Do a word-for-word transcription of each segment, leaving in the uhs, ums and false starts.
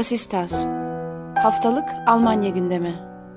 Vasistas. Haftalık Almanya gündemi.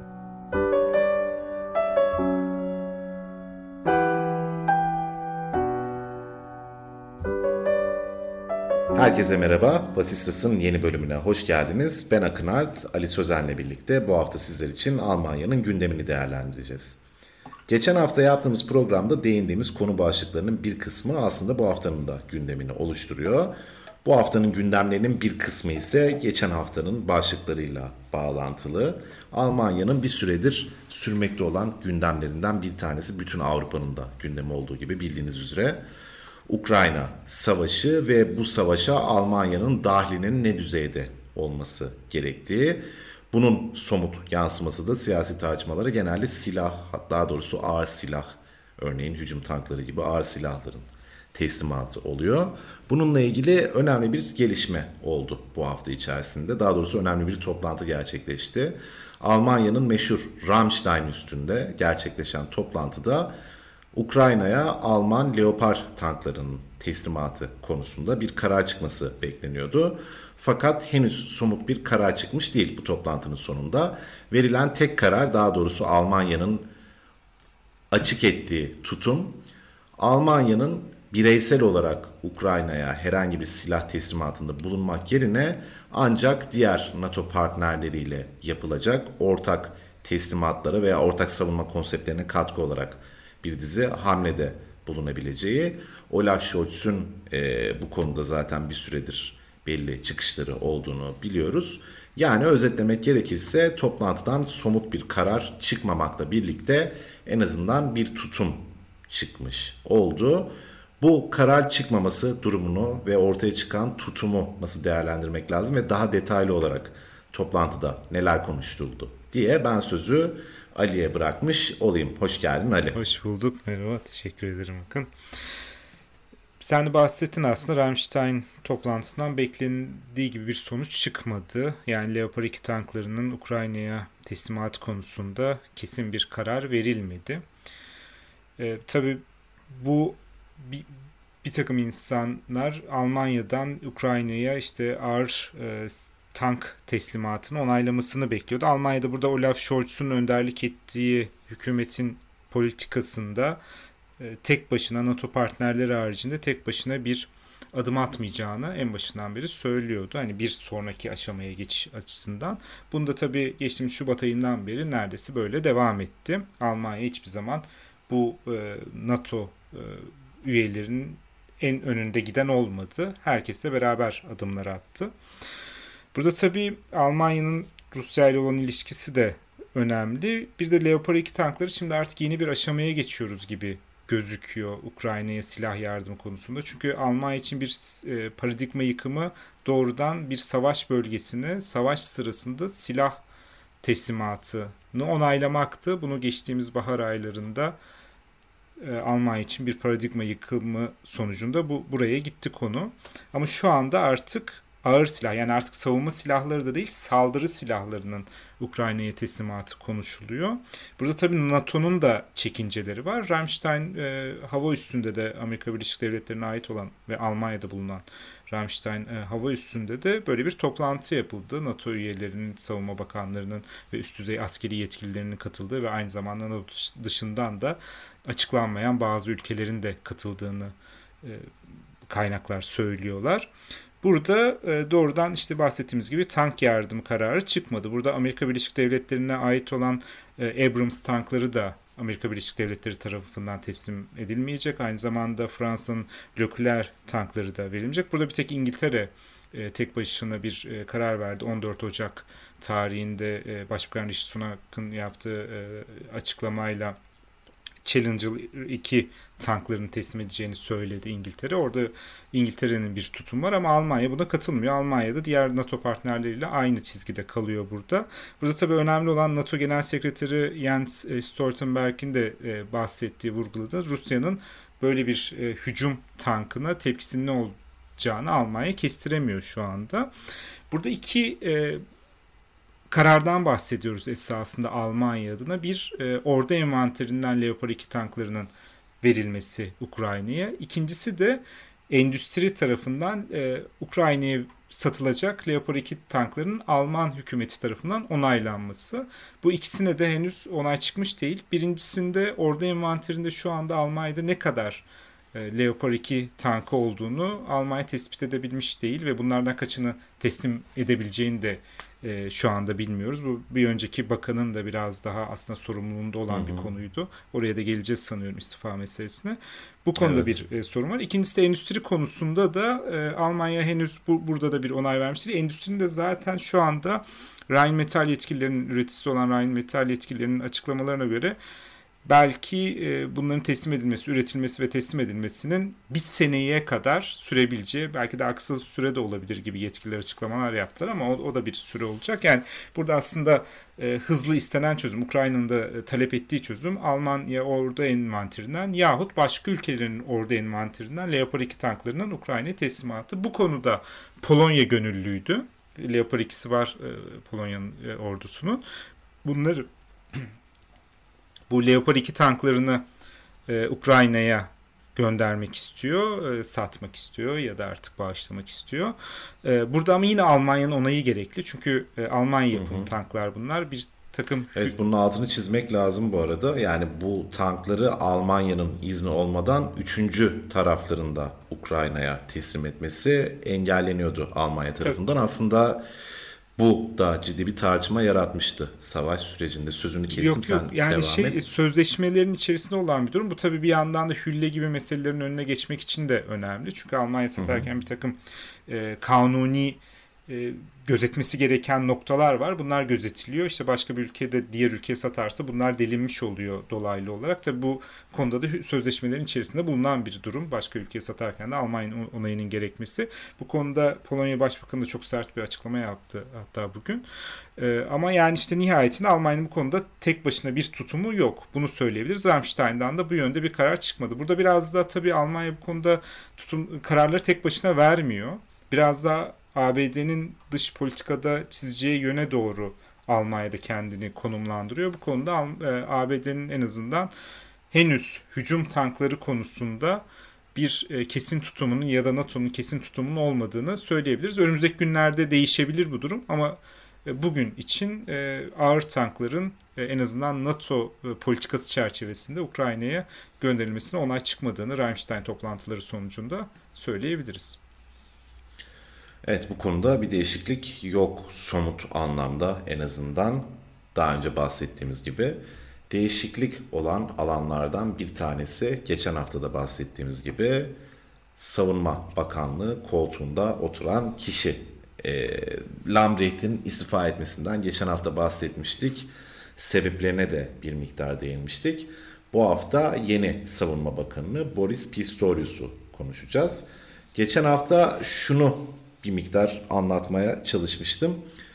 Herkese merhaba. Vasistas'ın yeni bölümüne hoş geldiniz. Ben Akın Art, Ali Sözen'le birlikte bu hafta sizler için Almanya'nın gündemini değerlendireceğiz. Geçen hafta yaptığımız programda değindiğimiz konu başlıklarının bir kısmı aslında bu haftanın da gündemini oluşturuyor. Bu haftanın gündemlerinin bir kısmı ise geçen haftanın başlıklarıyla bağlantılı. Almanya'nın bir süredir sürmekte olan gündemlerinden bir tanesi, bütün Avrupa'nın da gündemi olduğu gibi bildiğiniz üzere, Ukrayna Savaşı ve bu savaşa Almanya'nın dahlinin ne düzeyde olması gerektiği. Bunun somut yansıması da siyasi tartışmalara genelde silah, daha doğrusu ağır silah, örneğin hücum tankları gibi ağır silahların teslimatı oluyor. Bununla ilgili önemli bir gelişme oldu bu hafta içerisinde. Daha doğrusu önemli bir toplantı gerçekleşti. Almanya'nın meşhur Ramstein üstünde gerçekleşen toplantıda Ukrayna'ya Alman Leopard tanklarının teslimatı konusunda bir karar çıkması bekleniyordu. Fakat henüz somut bir karar çıkmış değil bu toplantının sonunda. Verilen tek karar, daha doğrusu Almanya'nın açık ettiği tutum, Almanya'nın bireysel olarak Ukrayna'ya herhangi bir silah teslimatında bulunmak yerine ancak diğer NATO partnerleriyle yapılacak ortak teslimatlara veya ortak savunma konseptlerine katkı olarak bir dizi hamlede bulunabileceği. Olaf Scholz'un e, bu konuda zaten bir süredir belli çıkışları olduğunu biliyoruz. Yani özetlemek gerekirse toplantıdan somut bir karar çıkmamakla birlikte en azından bir tutum çıkmış oldu. Bu karar çıkmaması durumunu ve ortaya çıkan tutumu nasıl değerlendirmek lazım ve daha detaylı olarak toplantıda neler konuşuldu diye ben sözü Ali'ye bırakmış olayım. Hoş geldin Ali. Hoş bulduk. Merhaba. Teşekkür ederim Akın. Sen de bahsettin, aslında Ramstein toplantısından beklendiği gibi bir sonuç çıkmadı. Yani Leopard iki tanklarının Ukrayna'ya teslimatı konusunda kesin bir karar verilmedi. Ee, tabii bu bir, bir takım insanlar Almanya'dan Ukrayna'ya işte ağır e, tank teslimatını onaylamasını bekliyordu. Almanya'da burada Olaf Scholz'un önderlik ettiği hükümetin politikasında e, tek başına NATO partnerleri haricinde tek başına bir adım atmayacağını en başından beri söylüyordu. Hani bir sonraki aşamaya geçiş açısından. Bunu da tabii geçtiğimiz Şubat ayından beri neredeyse böyle devam etti. Almanya hiçbir zaman bu e, NATO e, üyelerinin en önünde giden olmadı. Herkesle beraber adımlar attı. Burada tabii Almanya'nın Rusya ile olan ilişkisi de önemli. Bir de Leopard iki tankları, şimdi artık yeni bir aşamaya geçiyoruz gibi gözüküyor Ukrayna'ya silah yardımı konusunda. Çünkü Almanya için bir e, paradigma yıkımı doğrudan bir savaş bölgesine savaş sırasında silah teslimatını onaylamaktı. Bunu geçtiğimiz bahar aylarında e, Almanya için bir paradigma yıkımı sonucunda bu buraya gitti konu. Ama şu anda artık ağır silah, yani artık savunma silahları da değil, saldırı silahlarının Ukrayna'ya teslimatı konuşuluyor. Burada tabii NATO'nun da çekinceleri var. Ramstein e, hava üssünde de Amerika Birleşik Devletleri'ne ait olan ve Almanya'da bulunan Ramstein e, hava üssünde de böyle bir toplantı yapıldı. NATO üyelerinin, savunma bakanlarının ve üst düzey askeri yetkililerinin katıldığı ve aynı zamanda NATO dışından da açıklanmayan bazı ülkelerin de katıldığını e, kaynaklar söylüyorlar. Burada e, doğrudan işte bahsettiğimiz gibi tank yardımı kararı çıkmadı. Burada Amerika Birleşik Devletleri'ne ait olan e, Abrams tankları da Amerika Birleşik Devletleri tarafından teslim edilmeyecek. Aynı zamanda Fransa'nın Leclerc tankları da verilmeyecek. Burada bir tek İngiltere e, tek başına bir e, karar verdi. on dört Ocak tarihinde e, Başbakan Rishi Sunak'ın yaptığı e, açıklamayla Challenger iki tanklarını teslim edeceğini söyledi İngiltere. Orada İngiltere'nin bir tutumu var ama Almanya buna katılmıyor. Almanya'da diğer NATO partnerleriyle aynı çizgide kalıyor burada. Burada tabii önemli olan NATO Genel Sekreteri Jens Stoltenberg'in de bahsettiği, vurguladığı Rusya'nın böyle bir hücum tankına tepkisinin ne olacağını Almanya kestiremiyor şu anda. Burada iki karardan bahsediyoruz esasında Almanya adına. Bir, e, ordu envanterinden Leopard iki tanklarının verilmesi Ukrayna'ya. İkincisi de endüstri tarafından e, Ukrayna'ya satılacak Leopard iki tanklarının Alman hükümeti tarafından onaylanması. Bu ikisine de henüz onay çıkmış değil. Birincisinde ordu envanterinde şu anda Almanya'da ne kadar Leopard iki tankı olduğunu Almanya tespit edebilmiş değil ve bunlardan kaçını teslim edebileceğini de e, şu anda bilmiyoruz. Bu bir önceki bakanın da biraz daha aslında sorumluluğunda olan hı hı. bir konuydu. Oraya da geleceğiz sanıyorum istifa meselesine. Bu konuda evet. bir e, sorun var. İkincisi de endüstri konusunda da e, Almanya henüz bu, burada da bir onay vermiş değil. Endüstrinin de zaten şu anda Rheinmetall yetkililerinin, üreticisi olan Rheinmetall yetkililerinin açıklamalarına göre belki e, bunların teslim edilmesi, üretilmesi ve teslim edilmesinin bir seneye kadar sürebileceği, belki daha kısa süre de olabilir gibi yetkililer açıklamalar yaptılar ama o, o da bir süre olacak. Yani burada aslında e, hızlı istenen çözüm, Ukrayna'nın da e, talep ettiği çözüm Almanya ordu envanterinden yahut başka ülkelerin ordu envanterinden Leopard iki tanklarının Ukrayna'ya teslimatı. Bu konuda Polonya gönüllüydü. Leopard ikisi var e, Polonya'nın e, ordusunun. Bunları bu Leopard iki tanklarını e, Ukrayna'ya göndermek istiyor, e, satmak istiyor ya da artık bağışlamak istiyor. E, burada ama yine Almanya'nın onayı gerekli. Çünkü e, Almanya yapımı hı hı. tanklar bunlar. Bir takım... Evet, bunun altını çizmek lazım bu arada. Yani bu tankları Almanya'nın izni olmadan üçüncü taraflarında Ukrayna'ya teslim etmesi engelleniyordu Almanya tarafından. Tabii. Aslında... Bu da ciddi bir tartışma yaratmıştı savaş sürecinde. Sözünü kestim, yok, yok. sen yani devam şey, et. Sözleşmelerin içerisinde olan bir durum. Bu tabii bir yandan da hülle gibi meselelerin önüne geçmek için de önemli. Çünkü Almanya satarken hı hı. bir takım e, kanuni e, gözetmesi gereken noktalar var. Bunlar gözetiliyor. İşte başka bir ülkede diğer ülkeye satarsa bunlar delinmiş oluyor dolaylı olarak. Tabii bu konuda da sözleşmelerin içerisinde bulunan bir durum. Başka ülkeye satarken de Almanya'nın onayının gerekmesi. Bu konuda Polonya Başbakanı da çok sert bir açıklama yaptı hatta bugün. Ee, ama yani işte nihayetinde Almanya'nın bu konuda tek başına bir tutumu yok. Bunu söyleyebiliriz. Ramstein'dan da bu yönde bir karar çıkmadı. Burada biraz da tabii Almanya bu konuda tutum kararları tek başına vermiyor. Biraz da A B D'nin dış politikada çizeceği yöne doğru Almanya'da kendini konumlandırıyor. Bu konuda A B D'nin en azından henüz hücum tankları konusunda bir kesin tutumunun ya da NATO'nun kesin tutumunun olmadığını söyleyebiliriz. Önümüzdeki günlerde değişebilir bu durum ama bugün için ağır tankların en azından NATO politikası çerçevesinde Ukrayna'ya gönderilmesine onay çıkmadığını Ramstein toplantıları sonucunda söyleyebiliriz. Evet, bu konuda bir değişiklik yok somut anlamda, en azından daha önce bahsettiğimiz gibi. Değişiklik olan alanlardan bir tanesi geçen hafta da bahsettiğimiz gibi Savunma Bakanlığı koltuğunda oturan kişi. E, Lambrecht'in istifa etmesinden geçen hafta bahsetmiştik. Sebeplerine de bir miktar değinmiştik. Bu hafta yeni Savunma Bakanı Boris Pistorius'u konuşacağız. Geçen hafta şunu bir miktar anlatmaya çalışmıştım.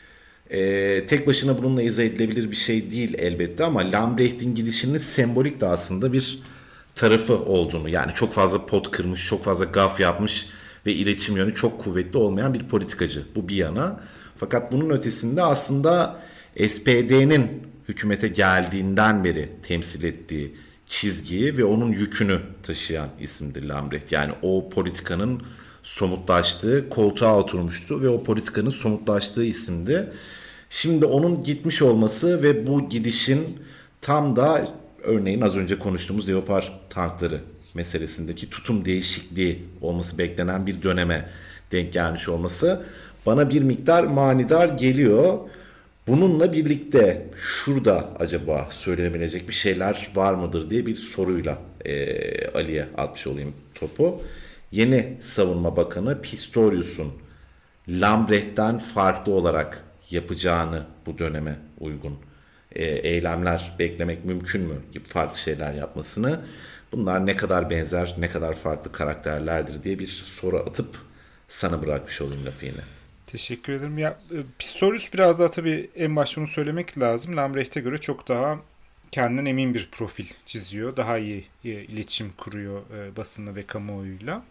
Ee, tek başına bununla izah edilebilir bir şey değil elbette ama Lambrecht'in gidişinin sembolik de aslında bir tarafı olduğunu, yani çok fazla pot kırmış, çok fazla gaf yapmış ve iletişim yönü çok kuvvetli olmayan bir politikacı. Bu bir yana. Fakat bunun ötesinde aslında S P D'nin hükümete geldiğinden beri temsil ettiği çizgiyi ve onun yükünü taşıyan isimdir Lambrecht. Yani o politikanın somutlaştığı, koltuğa oturmuştu ve o politikanın somutlaştığı isimdi. Şimdi onun gitmiş olması ve bu gidişin tam da örneğin az önce konuştuğumuz Leopard tankları meselesindeki tutum değişikliği olması beklenen bir döneme denk gelmiş olması bana bir miktar manidar geliyor. Bununla birlikte şurada acaba söylenebilecek bir şeyler var mıdır diye bir soruyla e, Ali'ye atmış olayım topu. Yeni Savunma Bakanı Pistorius'un Lambrecht'ten farklı olarak yapacağını bu döneme uygun e, eylemler beklemek mümkün mü? Farklı şeyler yapmasını. Bunlar ne kadar benzer, ne kadar farklı karakterlerdir diye bir soru atıp sana bırakmış olayım lafı yine. Teşekkür ederim. Ya, Pistorius biraz daha tabii en başta onu söylemek lazım. Lambrecht'e göre çok daha kendinden emin bir profil çiziyor. Daha iyi e, iletişim kuruyor e, basınla ve kamuoyuyla.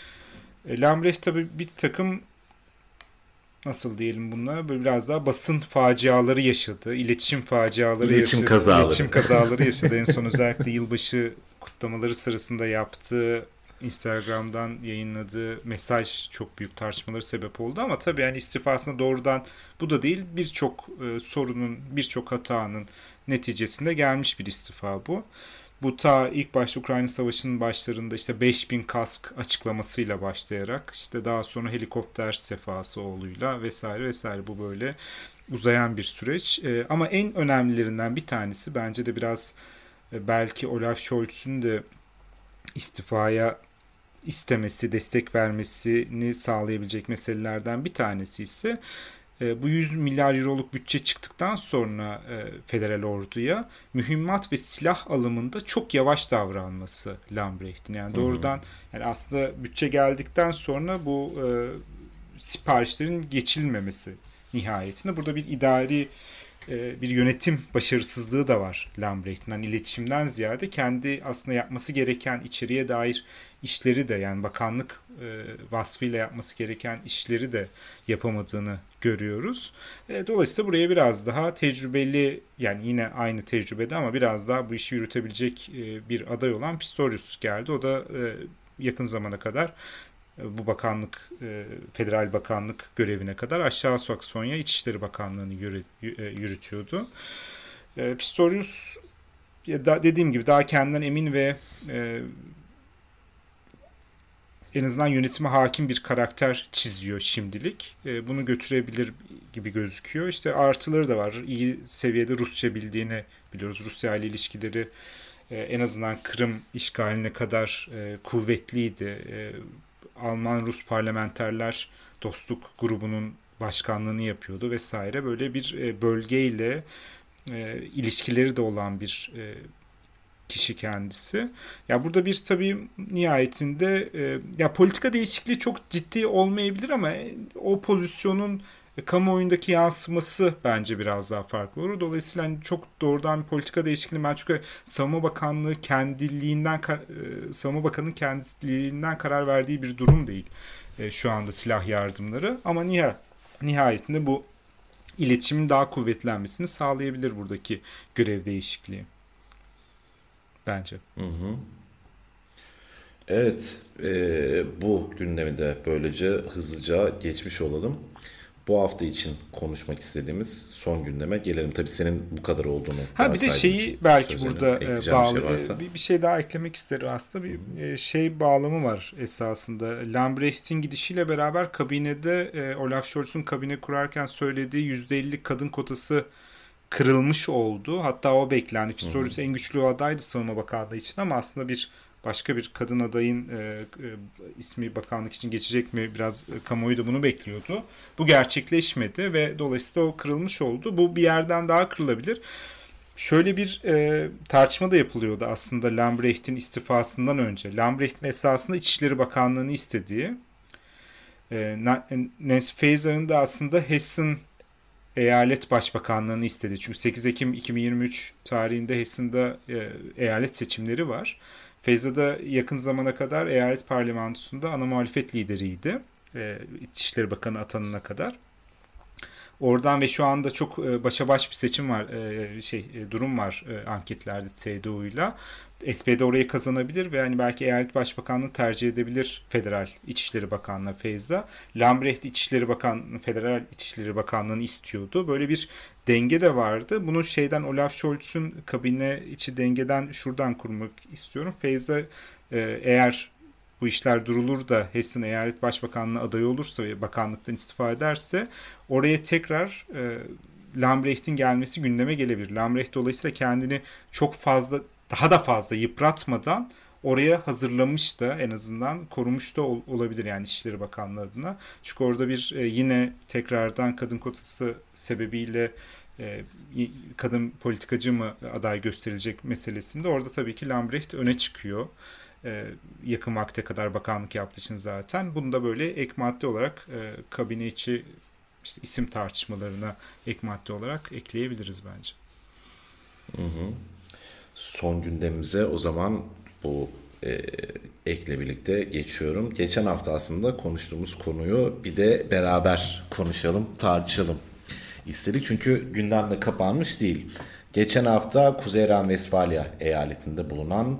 E, Lambrecht tabii bir takım nasıl diyelim bunlar böyle biraz daha basın faciaları yaşadı. İletişim faciaları İletişim yaşadı. Kazaları. İletişim kazaları yaşadı. En son özellikle yılbaşı kutlamaları sırasında yaptığı Instagram'dan yayınladığı mesaj çok büyük tartışmalara sebep oldu ama tabii yani istifasına doğrudan bu da değil, birçok e, sorunun, birçok hatanın neticesinde gelmiş bir istifa bu. Bu ta ilk başta Ukrayna Savaşı'nın başlarında işte beş bin kask açıklamasıyla başlayarak işte daha sonra helikopter sefası oğluyla vesaire vesaire, bu böyle uzayan bir süreç. E, ama en önemlilerinden bir tanesi bence de biraz e, belki Olaf Scholz'un de istifaya istemesi, destek vermesini sağlayabilecek meselelerden bir tanesi ise bu yüz milyar euroluk bütçe çıktıktan sonra federal orduya mühimmat ve silah alımında çok yavaş davranması Lambrecht'in. Yani doğrudan, yani aslında bütçe geldikten sonra bu e, siparişlerin geçilmemesi nihayetinde. Burada bir idari bir yönetim başarısızlığı da var Lambrecht'in. Yani iletişimden ziyade kendi aslında yapması gereken içeriye dair işleri de, yani bakanlık e, vasfıyla yapması gereken işleri de yapamadığını görüyoruz. E, dolayısıyla buraya biraz daha tecrübeli, yani yine aynı tecrübede ama biraz daha bu işi yürütebilecek e, bir aday olan Pistorius geldi. O da e, yakın zamana kadar bu bakanlık, federal bakanlık görevine kadar Aşağı Saksonya İçişleri Bakanlığı'nı yürütüyordu. Pistorius, dediğim gibi, daha kendinden emin ve en azından yönetime hakim bir karakter çiziyor şimdilik. Bunu götürebilir gibi gözüküyor. İşte artıları da var. İyi seviyede Rusça bildiğini biliyoruz. Rusya ile ilişkileri en azından Kırım işgaline kadar kuvvetliydi. Alman-Rus parlamenterler dostluk grubunun başkanlığını yapıyordu vesaire. Böyle bir bölgeyle e, ilişkileri de olan bir e, kişi kendisi. Ya burada bir tabii nihayetinde e, ya politika değişikliği çok ciddi olmayabilir ama o pozisyonun kamuoyundaki yansıması bence biraz daha farklı olur. Dolayısıyla hani çok doğrudan bir politika değişikliği, ben çünkü Savunma Bakanlığı kendiliğinden Savunma Bakanı'nın kendiliğinden karar verdiği bir durum değil şu anda silah yardımları, ama nihayetinde bu iletişimin daha kuvvetlenmesini sağlayabilir buradaki görev değişikliği bence. Hı hı. Evet, e, bu gündemi de böylece hızlıca geçmiş olalım. Bu hafta için konuşmak istediğimiz son gündeme gelelim. Tabii senin bu kadar olduğunu ha bir de şeyi belki burada bağlı bir şey, bir, bir şey daha eklemek isterim aslında. Bir Hı-hı. şey bağlamı var esasında. Lambrecht'in gidişiyle beraber kabinede Olaf Scholz'un kabine kurarken söylediği yüzde elli kadın kotası kırılmış oldu. Hatta o beklendi. Pistorius en güçlü adaydı Savunma Bakanlığı için ama aslında bir başka bir kadın adayın e, e, ismi bakanlık için geçecek mi? Biraz e, kamuoyu da bunu bekliyordu. Bu gerçekleşmedi ve dolayısıyla o kırılmış oldu. Bu bir yerden daha kırılabilir. Şöyle bir e, tartışma da yapılıyordu aslında Lambrecht'in istifasından önce. Lambrecht'in esasında İçişleri Bakanlığı'nı istediği. E, Nancy Faeser'ın da aslında Hessen Eyalet Başbakanlığı'nı istedi. Çünkü sekiz Ekim iki bin yirmi üç tarihinde Hessen'da e, eyalet seçimleri var. Feyza da yakın zamana kadar eyalet parlamentosunda ana muhalefet lideriydi. E, İçişleri Bakanı atanana kadar. Oradan ve şu anda çok e, başa baş bir seçim var, e, şey e, durum var e, anketlerde C D U'yla. S P D orayı kazanabilir ve yani belki eyalet başbakanlığı tercih edebilir federal İçişleri Bakanlığı Feyza. Lambrecht İçişleri Bakanlığı, Federal İçişleri Bakanlığı'nı istiyordu. Böyle bir denge de vardı. Bunu şeyden, Olaf Scholz'un kabine içi dengeden şuradan kurmak istiyorum. Feyza e, eğer bu işler durulur da Hessen Eyalet Başbakanlığı adayı olursa ve bakanlıktan istifa ederse oraya tekrar e, Lambrecht'in gelmesi gündeme gelebilir. Lambrecht dolayısıyla kendini çok fazla, daha da fazla yıpratmadan oraya hazırlamış da, en azından korumuş da ol, olabilir yani İçişleri Bakanlığı adına. Çünkü orada bir e, yine tekrardan kadın kotası sebebiyle e, kadın politikacı mı aday gösterilecek meselesinde orada tabii ki Lambrecht öne çıkıyor. Ee, yakın vakte kadar bakanlık yaptığı için zaten. Bunu da böyle ek madde olarak e, kabine içi işte isim tartışmalarına ek madde olarak ekleyebiliriz bence. Hı hı. Son gündemimize o zaman bu e, ekle birlikte geçiyorum. Geçen hafta aslında konuştuğumuz konuyu bir de beraber konuşalım, tartışalım istedik. Çünkü gündemde kapanmış değil. Geçen hafta Kuzey Ren-Vesfalya eyaletinde bulunan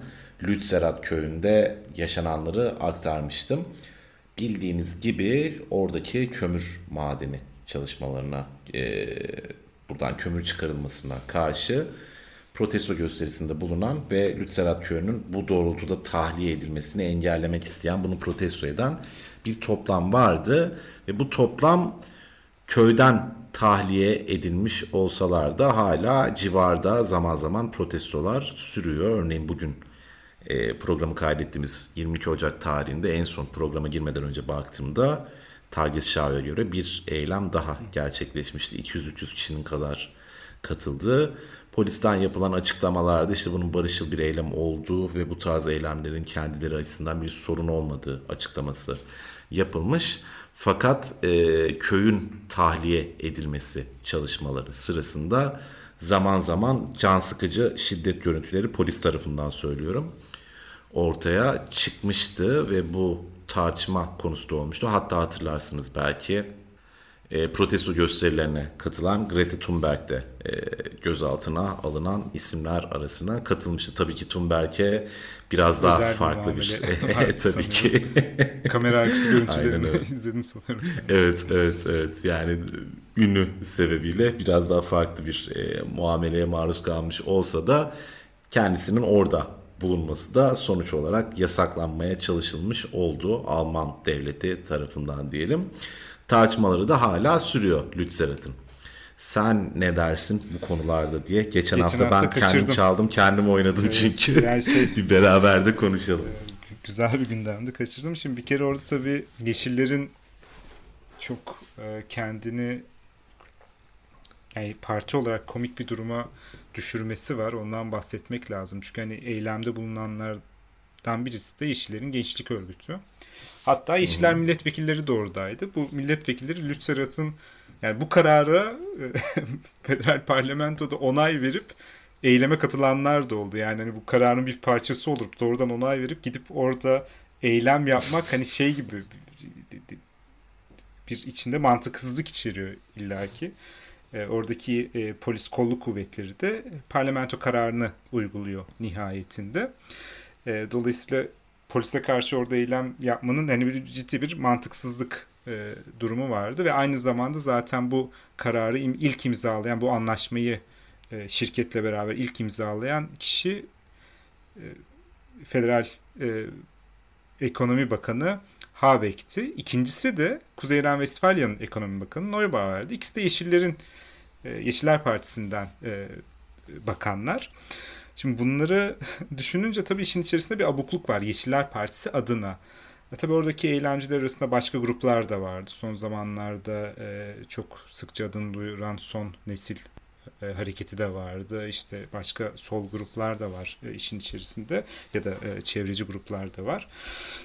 Lützerat köyünde yaşananları aktarmıştım. Bildiğiniz gibi oradaki kömür madeni çalışmalarına, e, buradan kömür çıkarılmasına karşı protesto gösterisinde bulunan ve Lützerat köyünün bu doğrultuda tahliye edilmesini engellemek isteyen, bunu protesto eden bir toplam vardı. Ve bu toplam köyden tahliye edilmiş olsalar da hala civarda zaman zaman protestolar sürüyor. Örneğin bugün e, programı kaydettiğimiz yirmi iki Ocak tarihinde en son programa girmeden önce baktığımda Tagesschau'ya göre bir eylem daha gerçekleşmişti. iki yüz üç yüz kişinin kadar katıldığı. Polisten yapılan açıklamalarda işte bunun barışçıl bir eylem olduğu ve bu tarz eylemlerin kendileri açısından bir sorun olmadığı açıklaması yapılmış. Fakat e, köyün tahliye edilmesi çalışmaları sırasında zaman zaman can sıkıcı şiddet görüntüleri, polis tarafından söylüyorum, ortaya çıkmıştı ve bu tartışma konusu da olmuştu. Hatta hatırlarsınız belki e, protesto gösterilerine katılan Greta Thunberg de e, gözaltına alınan isimler arasına katılmıştı. Tabii ki Thunberg'e biraz daha Özel farklı bir, bir tabii ki. Kamera arkası görüntülerini izledin sanırım. Evet, evet, evet. Yani ünlü sebebiyle biraz daha farklı bir e, muameleye maruz kalmış olsa da kendisinin orada bulunması da sonuç olarak yasaklanmaya çalışılmış oldu Alman devleti tarafından diyelim. Tartışmaları da hala sürüyor Lützerat'ın. Sen ne dersin bu konularda diye. Geçen, Geçen hafta, hafta ben kaçırdım. Kendim çaldım, kendim oynadım evet, çünkü. Yani şey, bir beraber de konuşalım. Güzel bir gündemdi, kaçırdım. Şimdi bir kere orada tabii Yeşillerin çok kendini yani parti olarak komik bir duruma düşürmesi var. Ondan bahsetmek lazım. Çünkü hani eylemde bulunanlardan birisi de Yeşillerin gençlik örgütü. Hatta Yeşiller milletvekilleri de oradaydı. Bu milletvekilleri Lützerat'ın yani bu karara federal parlamentoda onay verip eyleme katılanlar da oldu. Yani hani bu kararın bir parçası olup doğrudan onay verip gidip orada eylem yapmak hani şey gibi bir içinde mantıksızlık içeriyor illaki. E, oradaki e, polis kolluk kuvvetleri de parlamento kararını uyguluyor nihayetinde. E, dolayısıyla polise karşı orada eylem yapmanın hani bir ciddi bir mantıksızlık e, durumu vardı ve aynı zamanda zaten bu kararı im, ilk imzalayan, bu anlaşmayı e, şirketle beraber ilk imzalayan kişi e, Federal e, Ekonomi Bakanı Habeck'ti. İkincisi de Kuzey Ren-Vestfalya'nın Ekonomi Bakanı Neubauer'di. İkisi de Yeşillerin e, Yeşiller Partisi'nden e, bakanlar. Şimdi bunları düşününce tabii işin içerisinde bir abukluk var Yeşiller Partisi adına. E tabii oradaki eylemciler arasında başka gruplar da vardı. Son zamanlarda e, çok sıkça adını duyuran Son Nesil e, hareketi de vardı. İşte başka sol gruplar da var e, işin içerisinde ya da e, çevreci gruplar da var.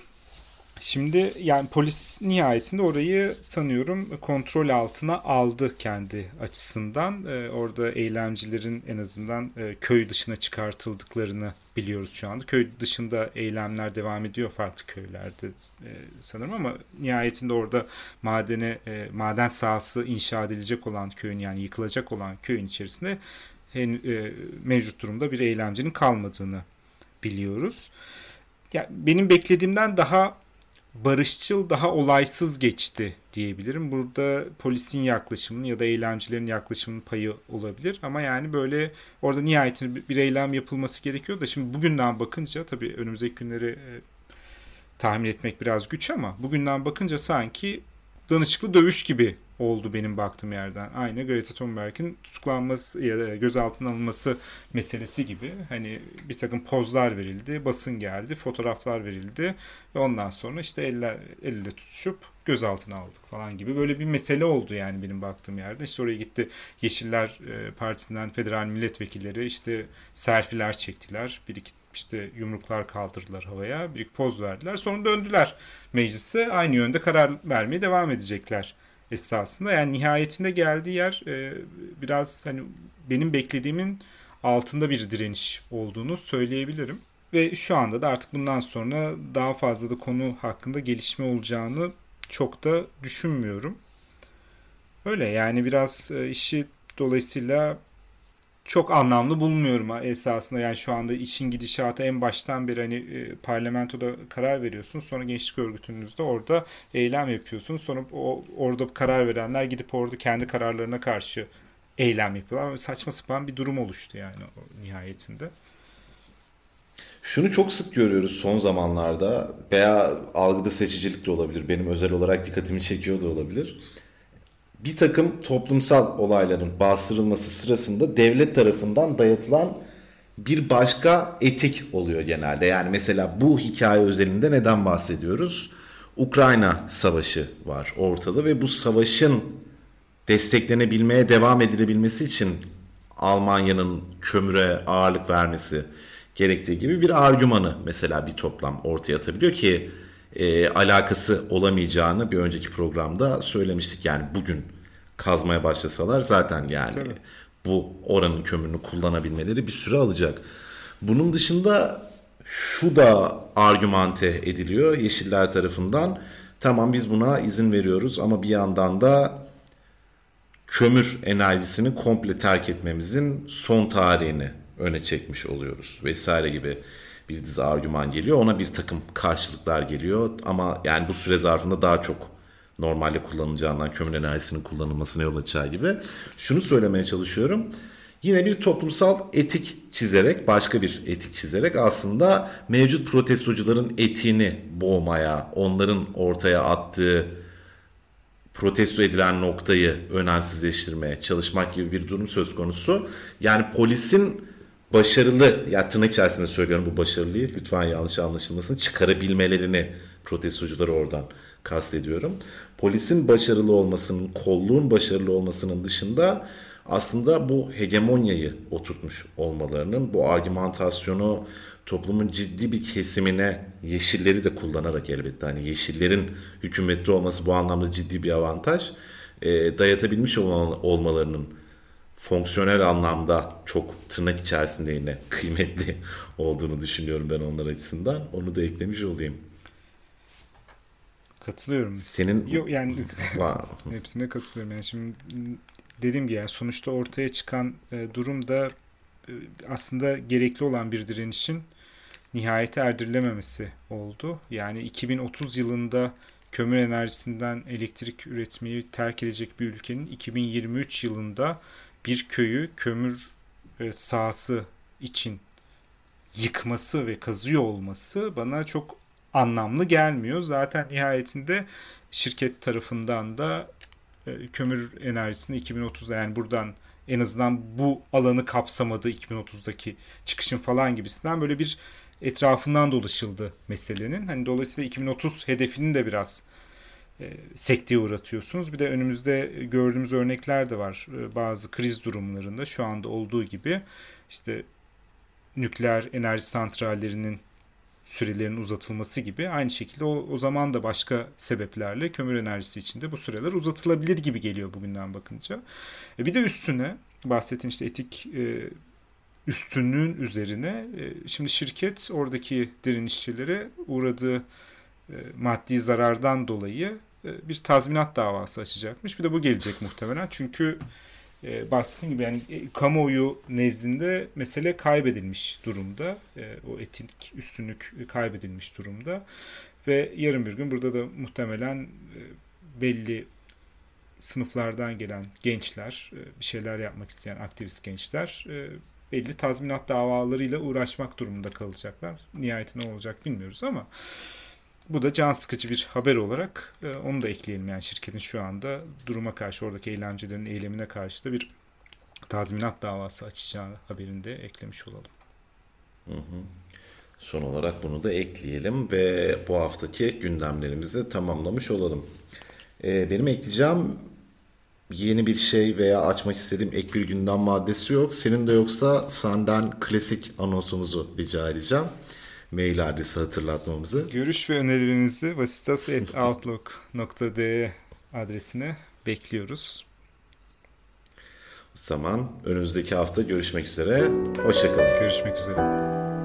Şimdi yani polis nihayetinde orayı sanıyorum kontrol altına aldı kendi açısından. Ee, orada eylemcilerin en azından e, köy dışına çıkartıldıklarını biliyoruz şu anda. Köy dışında eylemler devam ediyor farklı köylerde e, sanırım ama nihayetinde orada madene e, maden sahası inşa edilecek olan köyün yani yıkılacak olan köyün içerisinde hen, e, mevcut durumda bir eylemcinin kalmadığını biliyoruz. Ya, benim beklediğimden daha barışçıl, daha olaysız geçti diyebilirim. Burada polisin yaklaşımının ya da eylemcilerin yaklaşımının payı olabilir. Ama yani böyle orada nihayetinde bir eylem yapılması gerekiyor da şimdi bugünden bakınca tabii önümüzdeki günleri e, tahmin etmek biraz güç ama bugünden bakınca sanki danışıklı dövüş gibi oldu benim baktığım yerden. Aynı Greta Thunberg'in tutuklanması ya da gözaltına alınması meselesi gibi. Hani bir takım pozlar verildi, basın geldi, fotoğraflar verildi ve ondan sonra işte elle, elle tutuşup gözaltına aldık falan gibi. Böyle bir mesele oldu yani benim baktığım yerde. İşte oraya gitti Yeşiller Partisi'nden federal milletvekilleri işte selfiler çektiler. Bir iki işte yumruklar kaldırdılar havaya. Bir iki poz verdiler. Sonra döndüler meclise. Aynı yönde karar vermeye devam edecekler esasında. Yani nihayetinde geldiği yer e, biraz hani benim beklediğimin altında bir direniş olduğunu söyleyebilirim. Ve şu anda da artık bundan sonra daha fazla da konu hakkında gelişme olacağını çok da düşünmüyorum. Öyle yani biraz e, işi dolayısıyla çok anlamlı bulmuyorum esasında. Yani şu anda işin gidişatı en baştan beri hani e, parlamentoda karar veriyorsunuz. Sonra gençlik örgütünüzde orada eylem yapıyorsunuz. Sonra o orada karar verenler gidip orada kendi kararlarına karşı eylem yapıyorlar. Saçma sapan bir durum oluştu yani o nihayetinde. Şunu çok sık görüyoruz son zamanlarda veya algıda seçicilik de olabilir. Benim özel olarak dikkatimi çekiyor da olabilir. Bir takım toplumsal olayların bastırılması sırasında devlet tarafından dayatılan bir başka etik oluyor genelde. Yani mesela bu hikaye özelinde neden bahsediyoruz? Ukrayna savaşı var ortada ve bu savaşın desteklenebilmeye devam edilebilmesi için Almanya'nın kömüre ağırlık vermesi gerektiği gibi bir argümanı mesela bir toplam ortaya atabiliyor ki e, alakası olamayacağını bir önceki programda söylemiştik. Yani bugün kazmaya başlasalar zaten yani Tabii. bu oranın kömürünü kullanabilmeleri bir süre alacak. Bunun dışında şu da argümante ediliyor Yeşiller tarafından. Tamam biz buna izin veriyoruz ama bir yandan da kömür enerjisini komple terk etmemizin son tarihini öne çekmiş oluyoruz vesaire gibi bir dizi argüman geliyor. Ona bir takım karşılıklar geliyor ama yani bu süre zarfında daha çok normalde kullanılacağından kömür enerjisinin kullanılmasına yol açacağı gibi. Şunu söylemeye çalışıyorum. Yine bir toplumsal etik çizerek, başka bir etik çizerek aslında mevcut protestocuların etiğini boğmaya, onların ortaya attığı protesto edilen noktayı önemsizleştirmeye çalışmak gibi bir durum söz konusu. Yani polisin başarılı, ya tırnak içerisinde söylüyorum bu başarılıyı, lütfen yanlış anlaşılmasın, çıkarabilmelerini protestocuları oradan kastediyorum. Polisin başarılı olmasının, kolluğun başarılı olmasının dışında aslında bu hegemonyayı oturtmuş olmalarının, bu argümantasyonu toplumun ciddi bir kesimine, yeşilleri de kullanarak elbette, hani yeşillerin hükümette olması bu anlamda ciddi bir avantaj, e, dayatabilmiş olmalarının fonksiyonel anlamda çok tırnak içerisinde yine kıymetli olduğunu düşünüyorum ben onlar açısından. Onu da eklemiş olayım. Katılıyorum. Senin Yok yani hepsine katılıyorum. Yani şimdi dediğim gibi yani sonuçta ortaya çıkan e, durum da e, aslında gerekli olan bir direnişin nihayete erdirilememesi oldu. Yani iki bin otuz yılında kömür enerjisinden elektrik üretmeyi terk edecek bir ülkenin iki bin yirmi üç yılında bir köyü kömür e, sahası için yıkması ve kazıyor olması bana çok anlamlı gelmiyor. Zaten nihayetinde şirket tarafından da e, kömür enerjisini iki bin otuzda yani buradan en azından bu alanı kapsamadı iki bin otuzdaki çıkışın falan gibisinden böyle bir etrafından dolaşıldı meselenin. Hani dolayısıyla iki bin otuz hedefini de biraz e, sekteye uğratıyorsunuz. Bir de önümüzde gördüğümüz örnekler de var. E, bazı kriz durumlarında şu anda olduğu gibi işte nükleer enerji santrallerinin sürelerinin uzatılması gibi aynı şekilde o, o zaman da başka sebeplerle kömür enerjisi için de bu süreler uzatılabilir gibi geliyor bugünden bakınca. E bir de üstüne bahsettiğin işte etik e, üstünlüğün üzerine e, şimdi şirket oradaki direnişçilere uğradığı e, maddi zarardan dolayı e, bir tazminat davası açacakmış. Bir de bu gelecek muhtemelen çünkü E, bahsettiğim gibi yani e, kamuoyu nezdinde mesele kaybedilmiş durumda. E, o etik üstünlük kaybedilmiş durumda. Ve yarın bir gün burada da muhtemelen e, belli sınıflardan gelen gençler, e, bir şeyler yapmak isteyen aktivist gençler e, belli tazminat davalarıyla uğraşmak durumunda kalacaklar. Nihayeti ne olacak bilmiyoruz ama bu da can sıkıcı bir haber olarak e, onu da ekleyelim. Yani şirketin şu anda duruma karşı, oradaki eylemcilerin eylemine karşı da bir tazminat davası açacağı haberini de eklemiş olalım. Hı hı. Son olarak bunu da ekleyelim ve bu haftaki gündemlerimizi tamamlamış olalım. Ee, benim ekleyeceğim yeni bir şey veya açmak istediğim ek bir gündem maddesi yok. Senin de yoksa senden klasik anonsumuzu rica edeceğim. Mail adresi hatırlatmamızı. Görüş ve önerilerinizi vasitası at outlook nokta de adresine bekliyoruz. O zaman önümüzdeki hafta görüşmek üzere. Hoşça kalın. Görüşmek üzere.